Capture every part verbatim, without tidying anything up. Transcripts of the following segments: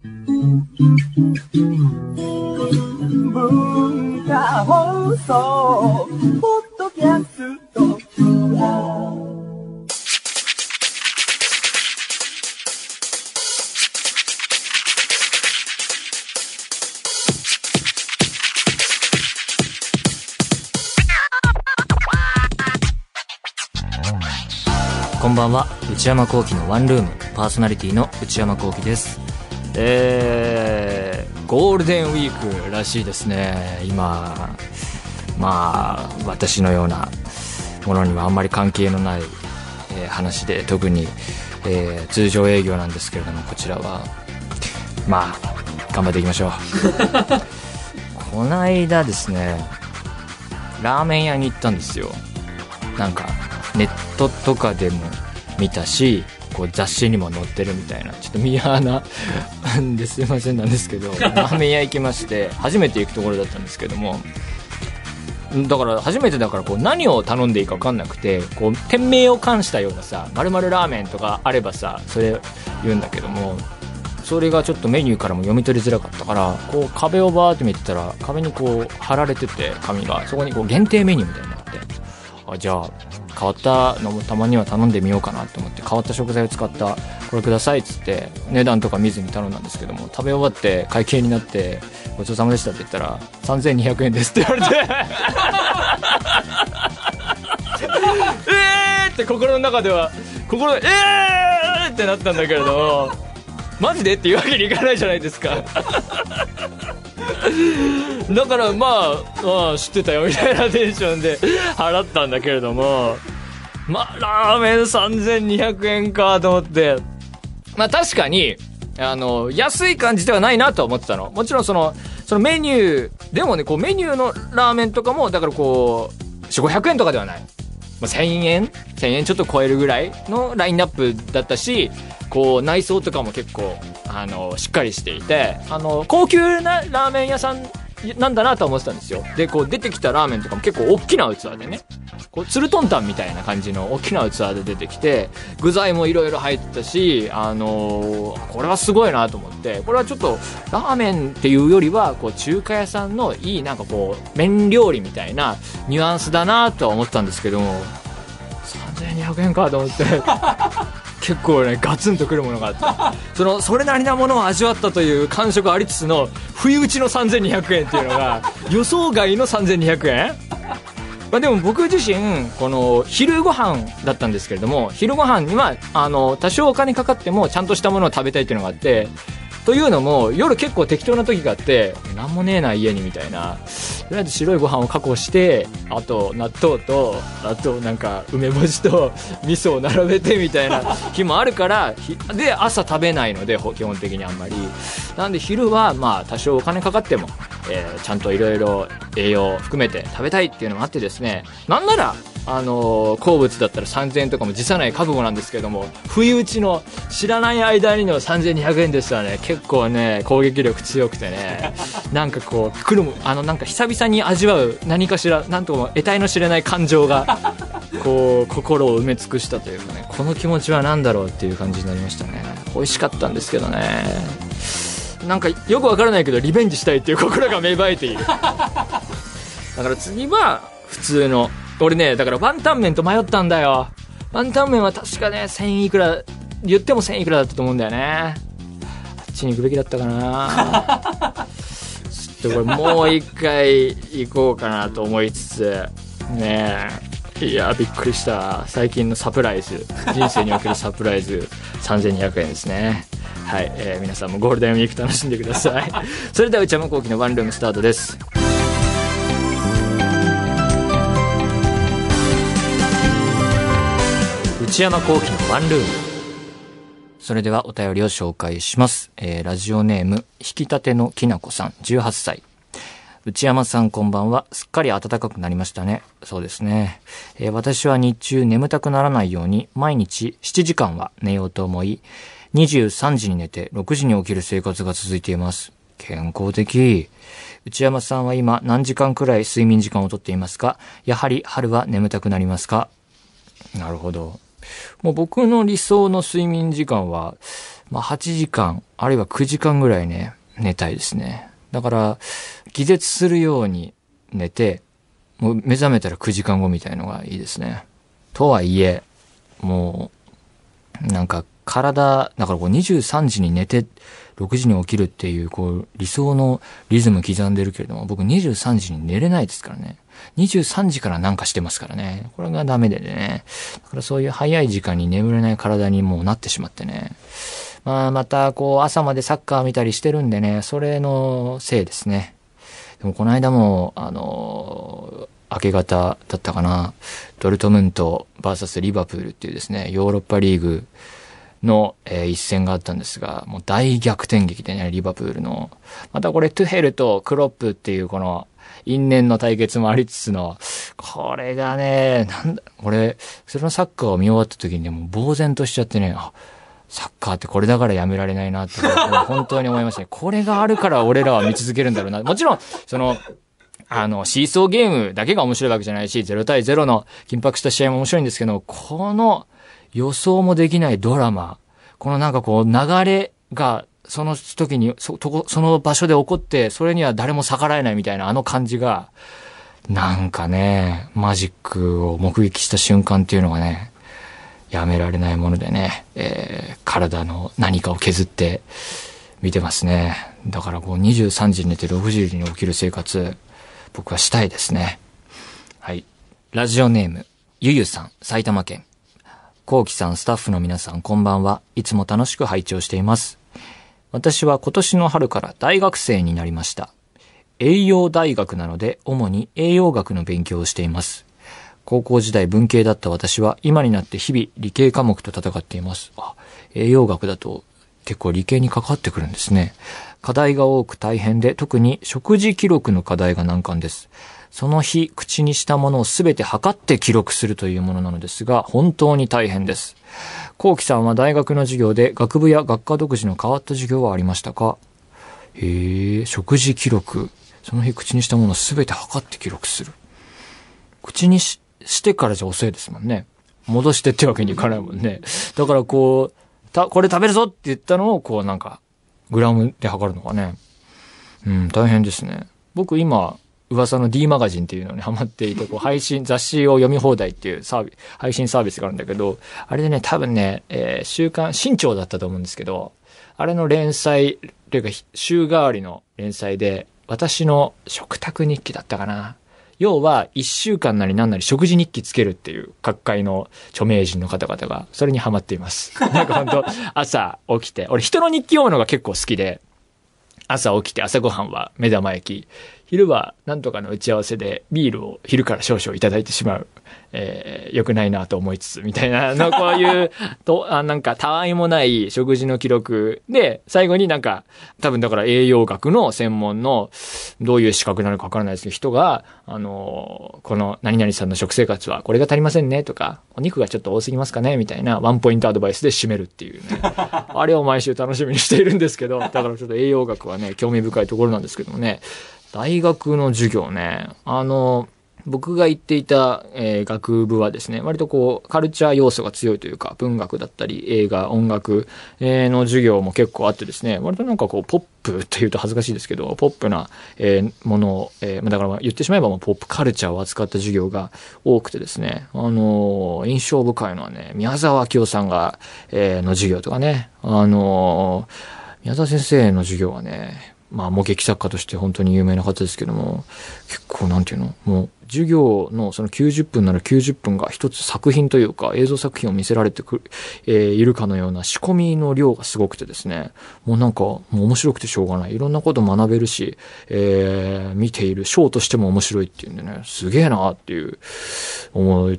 文化放送ポッドキャストツアー。 こんばんは。内山聖輝のワンルームパーソナリティの内山聖輝です。えー、ゴールデンウィークらしいですね。今まあ私のようなものにはあんまり関係のない、えー、話で、特に、えー、通常営業なんですけれども、こちらはまあ頑張っていきましょうこの間ですね、ラーメン屋に行ったんですよ。なんかネットとかでも見たし、こう雑誌にも載ってるみたいな、ちょっとミーハーなですいませんなんですけどラーメン屋行きまして、初めて行くところだったんですけども、だから初めてだからこう何を頼んでいいか分かんなくて、こう店名を冠したようなさ、〇〇ラーメンとかあればさ、それ言うんだけども、それがちょっとメニューからも読み取りづらかったから、こう壁をバーって見てたら、壁にこう貼られてて、紙がそこにこう限定メニューみたいになって、あ、じゃあ変わったのもたまには頼んでみようかなと思って、変わった食材を使ったこれくださいっつって値段とか見ずに頼んだんですけども、食べ終わって会計になって、ごちそうさまでしたって言ったらさんぜんにひゃくえんですって言われてえーって心の中では心でえーってなったんだけれども、マジでっていうわけにいかないじゃないですかだからまあ、まあ知ってたよみたいなテンションで払ったんだけれども、まあラーメンさんぜんにひゃくえんかと思って、まあ確かにあの安い感じではないなとは思ってたの。もちろんそのそのメニューでもね、こうメニューのラーメンとかもだからこうよんひゃくごひゃくえんとかではない、まあ、せんえんせんえんちょっと超えるぐらいのラインナップだったし、こう内装とかも結構あのしっかりしていて、あの高級なラーメン屋さんなんだなと思ってたんですよ。でこう出てきたラーメンとかも結構大きな器でね、こうつるとんたんみたいな感じの大きな器で出てきて、具材もいろいろ入ったし、あのー、これはすごいなと思って、これはちょっとラーメンっていうよりはこう中華屋さんのいいなんかこう麺料理みたいなニュアンスだなとは思ったんですけども、さんぜんにひゃくえんかと思って結構ねガツンとくるものがあって、そのそれなりなものを味わったという感触ありつつの不意打ちのさんぜんにひゃくえんっていうのが予想外のさんぜんにひゃくえんまあでも僕自身この昼ご飯だったんですけれども、昼ご飯にはあの多少お金かかってもちゃんとしたものを食べたいっていうのがあって、というのも夜結構適当な時があって、なんもねえな家にみたいな、とりあえず白いご飯を確保して、あと納豆とあとなんか梅干しと味噌を並べてみたいな日もあるから、で朝食べないので基本的にあんまりなんで、昼はまあ多少お金かかっても、えー、ちゃんといろいろ栄養を含めて食べたいっていうのもあってですね、なんならあのー、好物だったらさんぜんえんとかも辞さない覚悟なんですけども、不意打ちの知らない間にのさんぜんにひゃくえんですわね。結構ね攻撃力強くてね、なんかこう来るもあのなんか久々に味わう何かしらなんとも得体の知れない感情がこう心を埋め尽くしたというかね、この気持ちは何だろうっていう感じになりましたね。美味しかったんですけどね、なんかよくわからないけどリベンジしたいっていう心が芽生えているだから次は普通の、俺ねだからワンタン麺と迷ったんだよ。ワンタン麺は確かねせんいくら、言ってもせんいくらだったと思うんだよね。あっちに行くべきだったかなちょっとこれもう一回行こうかなと思いつつねえ、いやびっくりした。最近のサプライズ、人生におけるサプライズさんぜんにひゃくえんですね。はい、えー、皆さんもゴールデンウィーク楽しんでくださいそれでは内山聖輝のワンルームスタートです。内山聖輝のワンルーム。それではお便りを紹介します。えー、ラジオネーム引き立てのきなこさん、じゅうはっさい。内山さんこんばんは。すっかり暖かくなりましたね。そうですね、えー、私は日中眠たくならないように毎日しちじかんは寝ようと思い、にじゅうさんじに寝てろくじに起きる生活が続いています。健康的。内山さんは今何時間くらい睡眠時間をとっていますか？やはり春は眠たくなりますか？なるほど。もう僕の理想の睡眠時間はまあはちじかん、あるいはくじかんぐらいね、寝たいですね。だから、気絶するように寝て、もう目覚めたらくじかんごみたいのがいいですね。とはいえ、もう、なんか体、だからこうにじゅうさんじに寝て、ろくじに起きるっていう、こう、理想のリズム刻んでるけれども、僕にじゅうさんじに寝れないですからね。にじゅうさんじからなんかしてますからね。これがダメでね。だからそういう早い時間に眠れない体にもうなってしまってね。まあまたこう朝までサッカー見たりしてるんでね、それのせいですね。でもこの間も、あの、明け方だったかな、ドルトムント ブイエス リバプールっていうですね、ヨーロッパリーグの、えー、一戦があったんですが、もう大逆転劇でね、リバプールの。またこれトゥヘルとクロップっていうこの因縁の対決もありつつの、これがね、なんだ、俺、それのサッカーを見終わった時にね、もう呆然としちゃってね、あ、サッカーってこれだからやめられないなって、本当に思いましたね。これがあるから俺らは見続けるんだろうな。もちろん、その、あの、シーソーゲームだけが面白いわけじゃないし、ゼロ対ゼロの緊迫した試合も面白いんですけど、この予想もできないドラマ、このなんかこう流れがその時に、そ、その場所で起こって、それには誰も逆らえないみたいなあの感じが、なんかね、マジックを目撃した瞬間っていうのがね、やめられないものでね、えー、体の何かを削って見てますね。だからこうにじゅうさんじに寝てろくじに起きる生活、僕はしたいですね。はい。ラジオネーム、ゆゆさん、埼玉県。こうきさん、スタッフの皆さん、こんばんは。いつも楽しく拝聴しています。私は今年の春から大学生になりました。栄養大学なので、主に栄養学の勉強をしています。高校時代文系だった私は、今になって日々理系科目と戦っています。あ、栄養学だと結構理系に関わってくるんですね。課題が多く大変で、特に食事記録の課題が難関です。その日口にしたものをすべて測って記録するというものなのですが、本当に大変です。こうきさんは大学の授業で学部や学科独自の変わった授業はありましたか？へえ、食事記録。その日口にしたものをすべて測って記録する。口に し, してからじゃ遅いですもんね。戻してってわけにいかないもんね。だからこう、たこれ食べるぞって言ったのをこうなんか、グラムで測るのがね。うん、大変ですね。僕今、噂の D マガジンっていうのにハマっていて、こう配信、雑誌を読み放題っていうサービス、配信サービスがあるんだけど、あれでね、多分ね、えー、週刊、新潮だったと思うんですけど、あれの連載、というか、週替わりの連載で、私の食卓日記だったかな。要は、一週間なりなんなり食事日記つけるっていう、各界の著名人の方々が、それにハマっています。なんかほんと、朝起きて、俺人の日記読むのが結構好きで、朝起きて朝ごはんは目玉焼き、昼はなんとかの打ち合わせでビールを昼から少々いただいてしまう、えー、良くないなと思いつつみたいなの、こういうとあなんかたわいもない食事の記録で、最後になんか多分だから栄養学の専門のどういう資格なのかわからないですけど、人があのこの何々さんの食生活はこれが足りませんねとか、お肉がちょっと多すぎますかねみたいなワンポイントアドバイスで締めるっていうねあれを毎週楽しみにしているんですけど、だからちょっと栄養学はね興味深いところなんですけどもね。大学の授業ね、あの僕が行っていた、えー、学部はですね、割とこうカルチャー要素が強いというか、文学だったり映画、音楽、えー、の授業も結構あってですね、割となんかこうポップって言うと恥ずかしいですけど、ポップな、えー、ものを、えー、だから言ってしまえばもうポップカルチャーを扱った授業が多くてですね、あのー、印象深いのはね、宮沢明夫さんが、えー、の授業とかね、あのー、宮沢先生の授業はね、まあ、模劇作家として本当に有名な方ですけども、結構なんていうの、もう授業のそのきゅうじゅっぷんならきゅうじゅっぷんが一つ作品というか映像作品を見せられてくる、えー、いるかのような仕込みの量がすごくてですね、もうなんかもう面白くてしょうがない。いろんなこと学べるし、えー、見ているショーとしても面白いっていうんでね、すげえなっていう思って、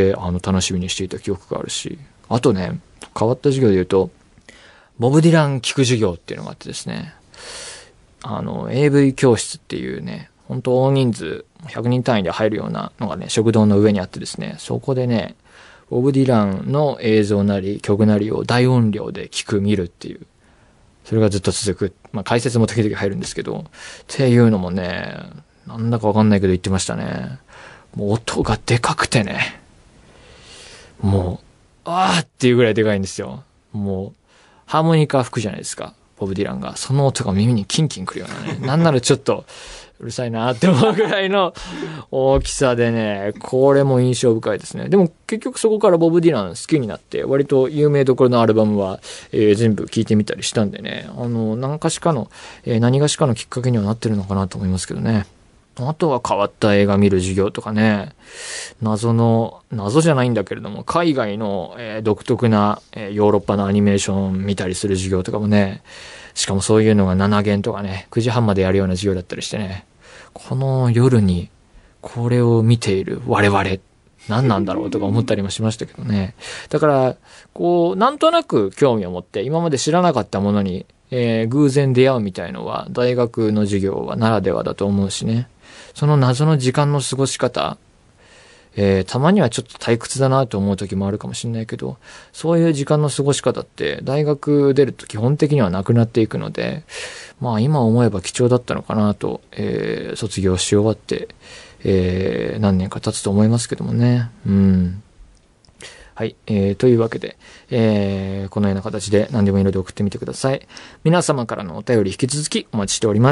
あの楽しみにしていた記憶があるし、あとね、変わった授業で言うと、ボブ・ディラン聞く授業っていうのがあってですね、あの エーブイ 教室っていうね、本当大人数ひゃくにん単位で入るようなのがね、食堂の上にあってですね、そこでね、ボブ・ディランの映像なり曲なりを大音量で聞く見るっていう、それがずっと続く。まあ解説も時々入るんですけど、っていうのもね、なんだかわかんないけど言ってましたね。もう音がでかくてね、もうあーっていうぐらいでかいんですよ。もうハーモニカ吹くじゃないですか。ボブ・ディランが。その音が耳にキンキンくるようなね。なんならちょっと、うるさいなって思うぐらいの大きさでね、これも印象深いですね。でも結局そこからボブ・ディラン好きになって、割と有名どころのアルバムは、えー、全部聴いてみたりしたんでね、あの、何かしかの、えー、何がしかのきっかけにはなってるのかなと思いますけどね。あとは変わった映画見る授業とかね、謎の、謎じゃないんだけれども、海外の、えー、独特な、えー、ヨーロッパのアニメーション見たりする授業とかもね、しかもそういうのがなな限とかね、くじはんまでやるような授業だったりしてね、この夜にこれを見ている我々、何なんだろうとか思ったりもしましたけどね。だから、こう、なんとなく興味を持って、今まで知らなかったものに、えー、偶然出会うみたいのは、大学の授業はならではだと思うしね。その謎の時間の過ごし方、えー、たまにはちょっと退屈だなと思う時もあるかもしれないけど、そういう時間の過ごし方って大学出ると基本的にはなくなっていくので、まあ今思えば貴重だったのかなと、えー、卒業し終わって、えー、何年か経つと思いますけどもね。うん。はい、えー、というわけで、えー、このような形で何でもいいので送ってみてください。皆様からのお便り引き続きお待ちしております。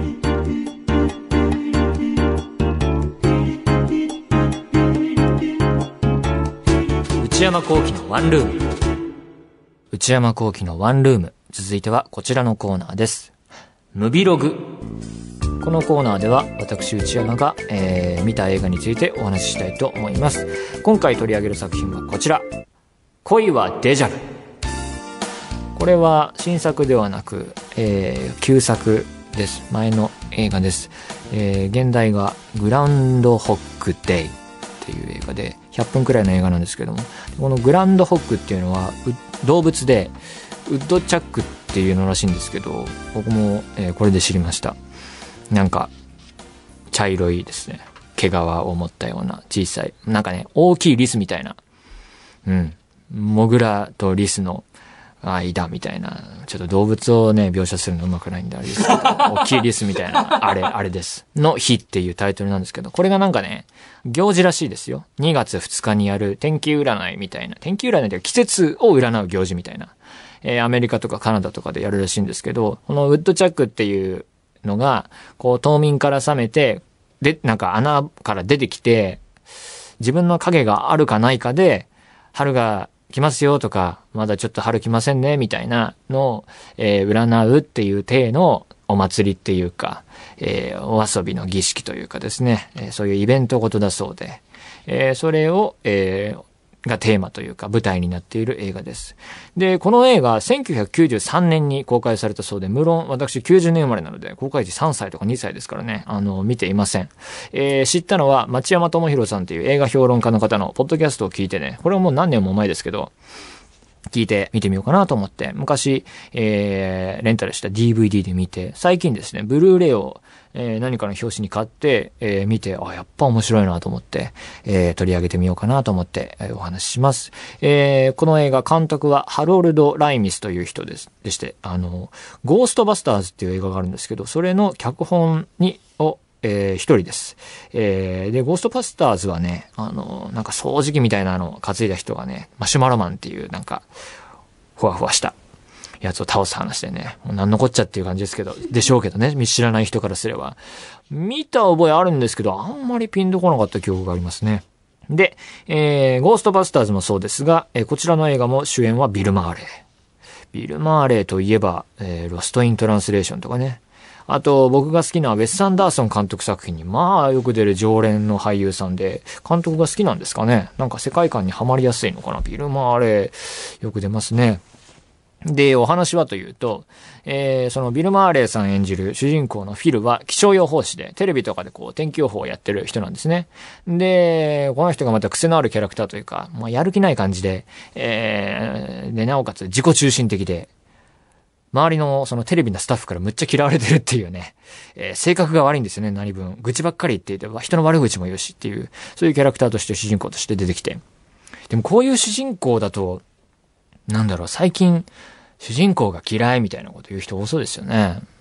内山幸喜のワンルーム。内山幸喜のワンルーム。続いてはこちらのコーナーです。ムビログ。このコーナーでは私内山が、えー、見た映画についてお話ししたいと思います。今回取り上げる作品はこちら。恋はデジャブ。これは新作ではなく、えー、旧作です。前の映画です。えー、現代がグランドホックデイっていう映画でひゃっぷんくらいの映画なんですけども、このグランドホックっていうのは動物でウッドチャックっていうのらしいんですけど、僕も、えー、これで知りました。なんか茶色いですね、毛皮を持ったような小さい、なんかね大きいリスみたいな、うんモグラとリスの間みたいな、ちょっと動物をね描写するのうまくないんであれですけど大きいリスみたいなあれあれですの日っていうタイトルなんですけど、これがなんかね行事らしいですよ。にがつふつかにやる天気占いみたいな、天気占いで季節を占う行事みたいな、えー、アメリカとかカナダとかでやるらしいんですけど、このウッドチャックっていうのがこう冬眠から覚めて、でなんか穴から出てきて、自分の影があるかないかで春が来ますよとか、まだちょっと春来ませんねみたいなのを、えー、占うっていう体のお祭りっていうか、えー、お遊びの儀式というかですね、えー、そういうイベントごとだそうで、えー、それを、えーがテーマというか舞台になっている映画です。で、この映画せんきゅうひゃくきゅうじゅうさんねんに公開されたそうで、無論私きゅうじゅうねん生まれなので公開時さんさいとかにさいですからね、あの見ていません。えー、知ったのは町山智博さんという映画評論家の方のポッドキャストを聞いてね、これはもう何年も前ですけど聞いて見てみようかなと思って、昔、えー、レンタルした ディーブイディー で見て、最近ですねブルーレイをえー、何かの表紙に買って、えー、見て、あ、やっぱ面白いなと思って、えー、取り上げてみようかなと思って、えー、お話しします。えー、この映画監督はハロルド・ライミスという人です。でして、あの、ゴーストバスターズっていう映画があるんですけど、それの脚本に、を、えー、一人です。えー、で、ゴーストバスターズはね、あの、なんか掃除機みたいなのを担いだ人がね、マシュマロマンっていうなんか、ふわふわしたやつを倒す話でね、もう何のこっちゃっていう感じですけど、でしょうけどね、知らない人からすれば。見た覚えあるんですけど、あんまりピンとこなかった記憶がありますね。で、えー、ゴーストバスターズもそうですが、えー、こちらの映画も主演はビル・マーレー。ビル・マーレーといえば、えー、ロスト・イン・トランスレーションとかね。あと、僕が好きなウェス・アンダーソン監督作品に、まあ、よく出る常連の俳優さんで、監督が好きなんですかね。なんか世界観にはまりやすいのかな。ビル・マーレー、よく出ますね。で、お話はというと、えー、そのビル・マーレーさん演じる主人公のフィルは気象予報士で、テレビとかでこう天気予報をやってる人なんですね。で、この人がまた癖のあるキャラクターというか、まあ、やる気ない感じで、えー、で、なおかつ自己中心的で、周りのそのテレビのスタッフからむっちゃ嫌われてるっていうね、えー、性格が悪いんですよね、何分。愚痴ばっかり言っていて、人の悪口も言うしっていう、そういうキャラクターとして主人公として出てきて。でもこういう主人公だと、なんだろう、最近、主人公が嫌いみたいなこと言う人多そうですよね。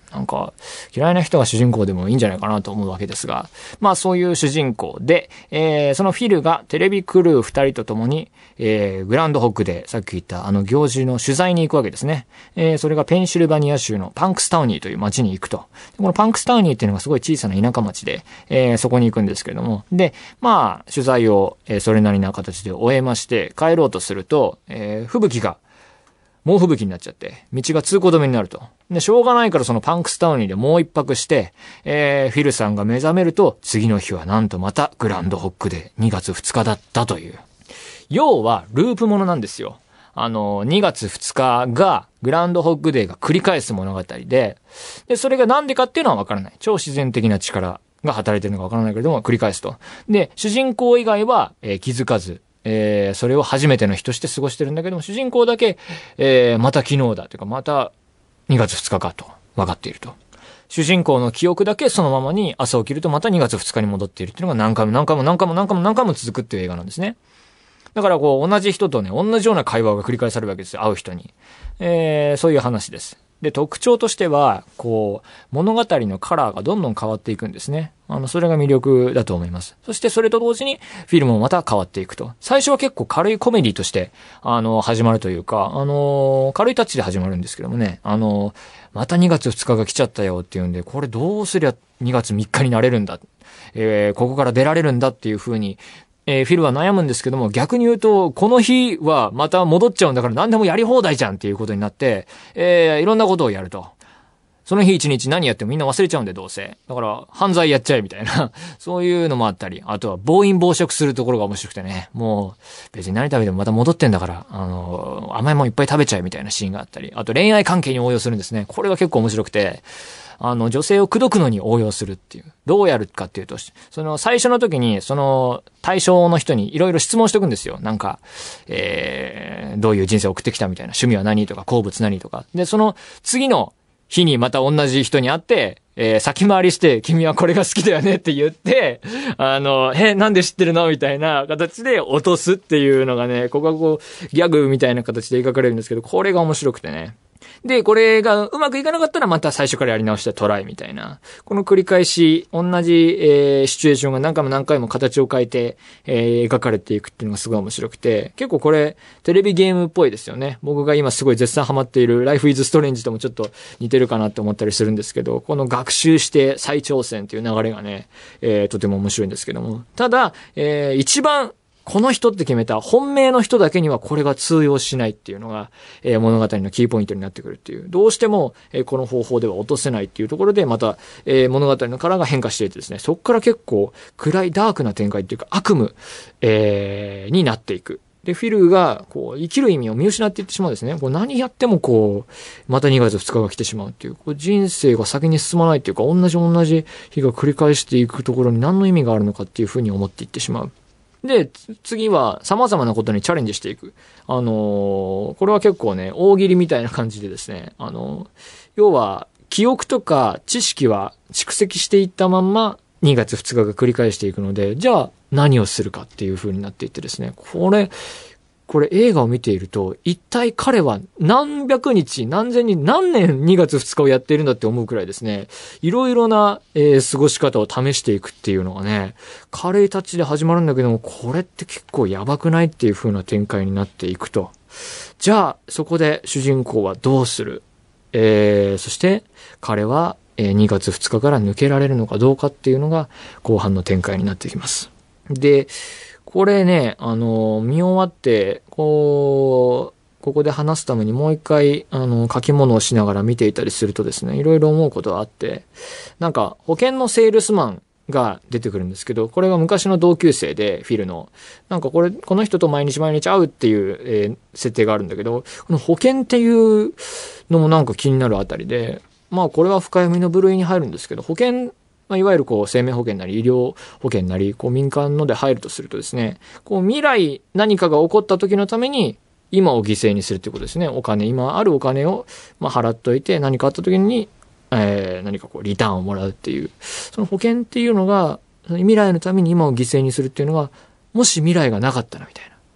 なんか、嫌いな人が主人公でもいいんじゃないかなと思うわけですが、まあそういう主人公で、えー、そのフィルがテレビクルー二人と共に、えー、グランドホックで、さっき言ったあの行事の取材に行くわけですね。えー、それがペンシルバニア州のパンクスタウニーという町に行くと。このパンクスタウニーっていうのがすごい小さな田舎町で、えー、そこに行くんですけれども、で、まあ、取材を、えー、それなりな形で終えまして、帰ろうとすると、えー、吹雪が、猛吹雪になっちゃって、道が通行止めになると。で、しょうがないからそのパンクスタウニーでもう一泊して、えー、フィルさんが目覚めると、次の日はなんとまたグランドホックでにがつふつかだったという。要は、ループものなんですよ。あの、にがつふつかが、グランドホックデーが繰り返す物語で、で、それがなんでかっていうのはわからない。超自然的な力が働いてるのかわからないけれども、繰り返すと。で、主人公以外は、えー、気づかず、えー、それを初めての日として過ごしてるんだけども、主人公だけ、えー、また昨日だというか、またにがつふつかかと分かっていると。主人公の記憶だけそのままに朝起きるとまたにがつふつかに戻っているっていうのが何回も何回も何回も何回も何回も続くっていう映画なんですね。だからこう同じ人とね、同じような会話が繰り返されるわけですよ、会う人に。えー、そういう話です。で、特徴としては、こう、物語のカラーがどんどん変わっていくんですね。あの、それが魅力だと思います。そしてそれと同時に、フィルムもまた変わっていくと。最初は結構軽いコメディとして、あの、始まるというか、あの、軽いタッチで始まるんですけどもね、あの、またにがつふつかが来ちゃったよっていうんで、これどうすりゃにがつみっかになれるんだ。えー、ここから出られるんだっていう風に、えー、フィルは悩むんですけども、逆に言うと、この日はまた戻っちゃうんだから何でもやり放題じゃんっていうことになって、えー、いろんなことをやると。その日一日何やってもみんな忘れちゃうんで、どうせ。だから、犯罪やっちゃえみたいな。そういうのもあったり、あとは暴飲暴食するところが面白くてね。もう、別に何食べてもまた戻ってんだから、あの、甘いもんいっぱい食べちゃえみたいなシーンがあったり、あと恋愛関係に応用するんですね。これが結構面白くて、あの、女性を口説くのに応用するっていう。どうやるかっていうと、その、最初の時に、その、対象の人にいろいろ質問しておくんですよ。なんか、えー、どういう人生を送ってきたみたいな。趣味は何とか、好物何とか。で、その、次の日にまた同じ人に会って、えー、先回りして、君はこれが好きだよねって言って、あの、え、なんで知ってるのみたいな形で落とすっていうのがね、ここがこう、ギャグみたいな形で描かれるんですけど、これが面白くてね。で、これがうまくいかなかったらまた最初からやり直してトライみたいな。この繰り返し、同じ、えー、シチュエーションが何回も何回も形を変えて、えー、描かれていくっていうのがすごい面白くて、結構これ、テレビゲームっぽいですよね。僕が今すごい絶賛ハマっている Life is Strange ともちょっと似てるかなって思ったりするんですけど、この学習して再挑戦っていう流れがね、えー、とても面白いんですけども。ただ、えー、一番、この人って決めた本命の人だけにはこれが通用しないっていうのが、えー、物語のキーポイントになってくるっていう。どうしても、えー、この方法では落とせないっていうところでまた、えー、物語のカラーが変化していてですね、そこから結構暗いダークな展開っていうか悪夢、えー、になっていく。で、フィルが、こう、生きる意味を見失っていってしまうんですね。こう何やってもこう、またにがつふつかが来てしまうっていう、こう人生が先に進まないっていうか、同じ同じ日が繰り返していくところに何の意味があるのかっていうふうに思っていってしまう。で、次は様々なことにチャレンジしていく。あのー、これは結構ね、大喜利みたいな感じでですね、あのー、要は、記憶とか知識は蓄積していったまんま、にがつふつかが繰り返していくので、じゃあ何をするかっていう風になっていってですね、これ、これ映画を見ていると、一体彼は何百日、何千日、何年にがつふつかをやっているんだって思うくらいですね、いろいろな、えー、過ごし方を試していくっていうのがね、軽いタッチで始まるんだけども、これって結構やばくないっていう風な展開になっていくと。じゃあ、そこで主人公はどうする？えー、そして彼はにがつふつかから抜けられるのかどうかっていうのが後半の展開になってきます。で、これね、あの、見終わって、こう、ここで話すためにもう一回、あの、書き物をしながら見ていたりするとですね、いろいろ思うことがあって、なんか、保険のセールスマンが出てくるんですけど、これが昔の同級生で、フィルの。なんかこれ、この人と毎日毎日会うっていう、えー、設定があるんだけど、この保険っていうのもなんか気になるあたりで、まあこれは深読みの部類に入るんですけど、保険、まあ、いわゆるこう生命保険なり医療保険なりこう民間ので入るとするとですね、こう未来何かが起こった時のために今を犠牲にするっていうことですね。お金、今あるお金をまあ払っといて何かあった時に、えー、何かこうリターンをもらうっていう、その保険っていうのが未来のために今を犠牲にするっていうのが、もし未来がなかったらみたいな。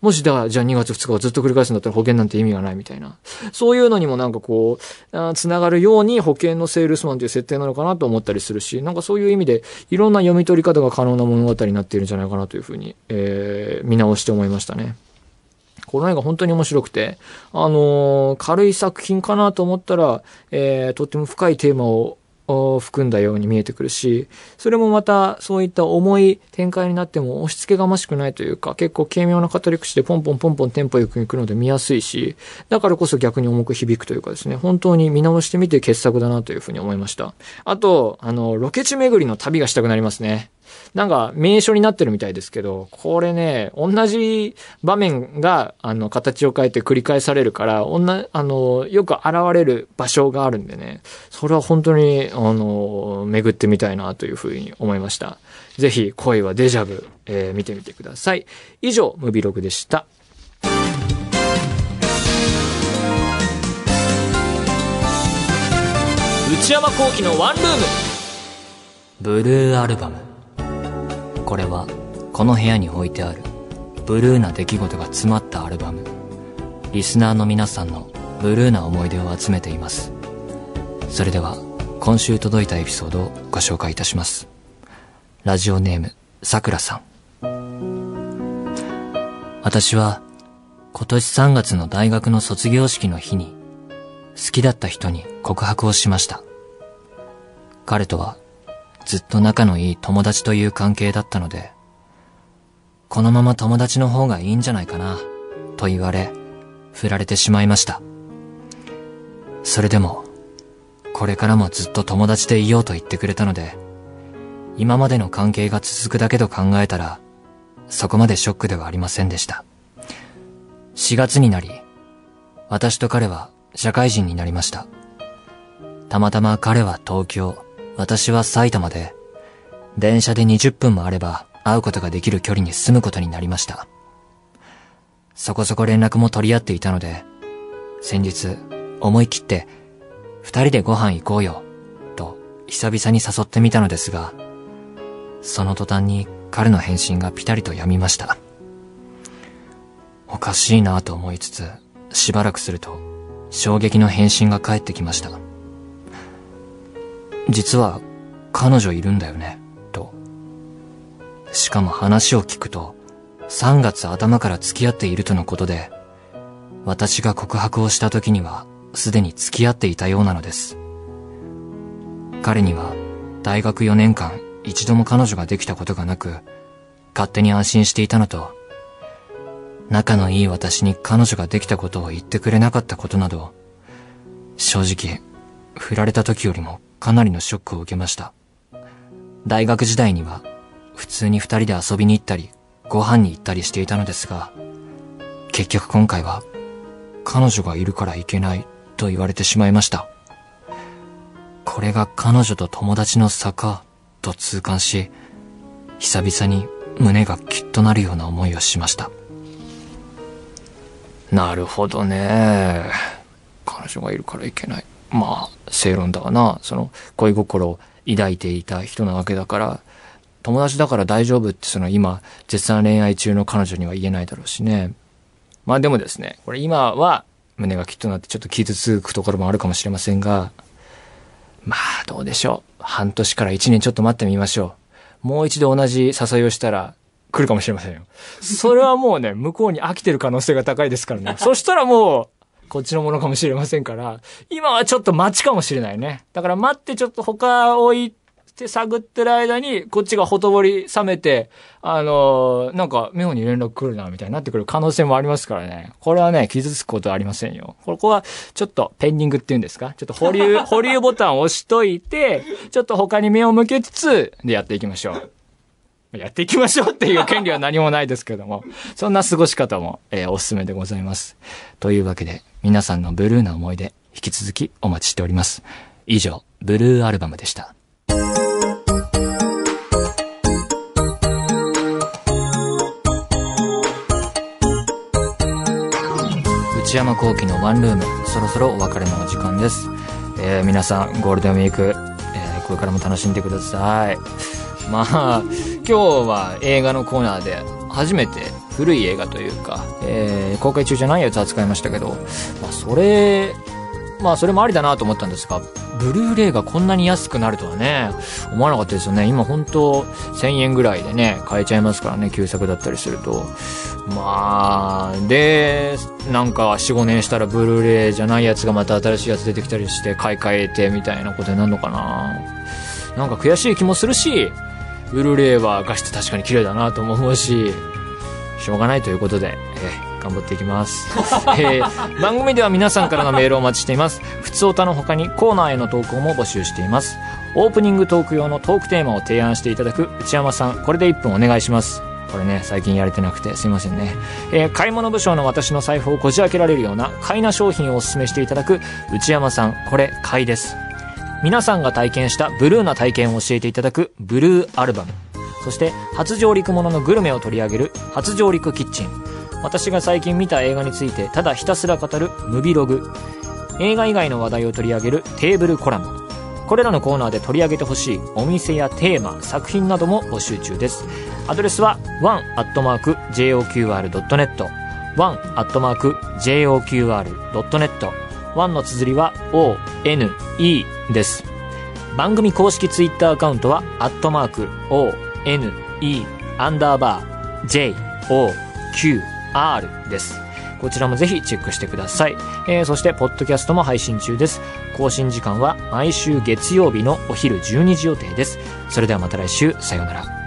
もしだ、じゃあにがつふつかをずっと繰り返すんだったら保険なんて意味がないみたいな。そういうのにもなんかこう、つながるように保険のセールスマンという設定なのかなと思ったりするし、なんかそういう意味でいろんな読み取り方が可能な物語になっているんじゃないかなというふうに、えー、見直して思いましたね。この映画本当に面白くて、あのー、軽い作品かなと思ったら、えー、とっても深いテーマを含んだように見えてくるし、それもまたそういった重い展開になっても押し付けがましくないというか、結構軽妙な語り口でポンポンポンポンテンポよくいくので見やすいし、だからこそ逆に重く響くというかですね、本当に見直してみて傑作だなというふうに思いました。あと、あの、ロケ地巡りの旅がしたくなりますね。なんか名所になってるみたいですけど、これね、同じ場面が、あの、形を変えて繰り返されるから、女、あの、よく現れる場所があるんでね、それは本当に、あの、巡ってみたいなというふうに思いました。ぜひ、恋はデジャブ、えー、見てみてください。以上、ムビログでした。内山聖輝のワンルーム。ブルーアルバム。これはこの部屋に置いてあるブルーな出来事が詰まったアルバム。リスナーの皆さんのブルーな思い出を集めています。それでは今週届いたエピソードをご紹介いたします。ラジオネームさくらさん。私は今年さんがつの大学の卒業式の日に好きだった人に告白をしました。彼とはずっと仲のいい友達という関係だったので、このまま友達の方がいいんじゃないかなと言われ、振られてしまいました。それでもこれからもずっと友達でいようと言ってくれたので、今までの関係が続くだけと考えたらそこまでショックではありませんでした。しがつになり、私と彼は社会人になりました。たまたま彼は東京、私は埼玉で、電車でにじゅっぷんもあれば会うことができる距離に住むことになりました。そこそこ連絡も取り合っていたので、先日思い切って二人でご飯行こうよと久々に誘ってみたのですが、その途端に彼の返信がピタリと止みました。おかしいなぁと思いつつ、しばらくすると衝撃の返信が返ってきました。実は彼女いるんだよねと。しかも話を聞くとさんがつあたまから付き合っているとのことで、私が告白をした時にはすでに付き合っていたようなのです。彼には大学よねんかん一度も彼女ができたことがなく、勝手に安心していたのと、仲のいい私に彼女ができたことを言ってくれなかったことなど、正直振られた時よりもかなりのショックを受けました。大学時代には普通に二人で遊びに行ったりご飯に行ったりしていたのですが、結局今回は彼女がいるから行けないと言われてしまいました。これが彼女と友達の差かと痛感し、久々に胸がキュッとなるような思いをしました。なるほどね。彼女がいるからいけない。まあ正論だわな。その恋心を抱いていた人なわけだから、友達だから大丈夫ってその今絶賛恋愛中の彼女には言えないだろうしね。まあでもですね、これ今は胸がきっとなってちょっと傷つくところもあるかもしれませんが、まあどうでしょう。半年から一年ちょっと待ってみましょう。もう一度同じ誘いをしたら来るかもしれませんよ。それはもうね、向こうに飽きてる可能性が高いですからね。そしたらもうこっちのものかもしれませんから、今はちょっと待ちかもしれないね。だから待ってちょっと他を置いて探ってる間に、こっちがほとぼり冷めて、あのー、なんか妙に連絡来るなみたいになってくる可能性もありますからね。これはね、傷つくことはありませんよ。ここはちょっとペンディングっていうんですか？ちょっと保留、保留ボタンを押しといて、ちょっと他に目を向けつつ、でやっていきましょう。やっていきましょうっていう権利は何もないですけども、そんな過ごし方も、えー、おすすめでございます。というわけで、皆さんのブルーな思い出、引き続きお待ちしております。以上、ブルーアルバムでした。内山聖輝のワンルーム、そろそろお別れのお時間です。えー、皆さんゴールデンウィーク、えー、これからも楽しんでください。まあ今日は映画のコーナーで初めて古い映画というか、えー、公開中じゃないやつ扱いましたけど、まあそれ、まあそれもありだなと思ったんですが、ブルーレイがこんなに安くなるとはね、思わなかったですよね。今ほんとせんえんぐらいでね、買えちゃいますからね、旧作だったりすると。まあ、で、なんかよん、ごねんしたらブルーレイじゃないやつがまた新しいやつ出てきたりして買い替えてみたいなことになるのかな。なんか悔しい気もするし、ブルーレイは画質確かに綺麗だなとも思うし、しょうがないということで、えー、頑張っていきます、えー、番組では皆さんからのメールをお待ちしています。ふつおたの他にコーナーへの投稿も募集しています。オープニングトーク用のトークテーマを提案していただく内山さん、これでいっぷんお願いします。これね、最近やれてなくてすいませんね、えー、買い物不詳の私の財布をこじ開けられるような買いな商品をお勧めしていただく内山さん、これ買いです。皆さんが体験したブルーな体験を教えていただくブルーアルバム、そして初上陸もののグルメを取り上げる初上陸キッチン、私が最近見た映画についてただひたすら語るムビログ、映画以外の話題を取り上げるテーブルコラム、これらのコーナーで取り上げてほしいお店やテーマ、作品なども募集中です。アドレスは ワン アットマーク ジェイオーキューアール ドットネット ワン アットマーク ジェイオーキューアール ドットネット、ワンの綴りは オーエヌイー です。番組公式ツイッターアカウントはアットマーク オーエヌイー アンダーバー ジェイオーキューアール です。こちらもぜひチェックしてください、えー、そしてポッドキャストも配信中です。更新時間は毎週月曜日のお昼じゅうにじ予定です。それではまた来週、さようなら。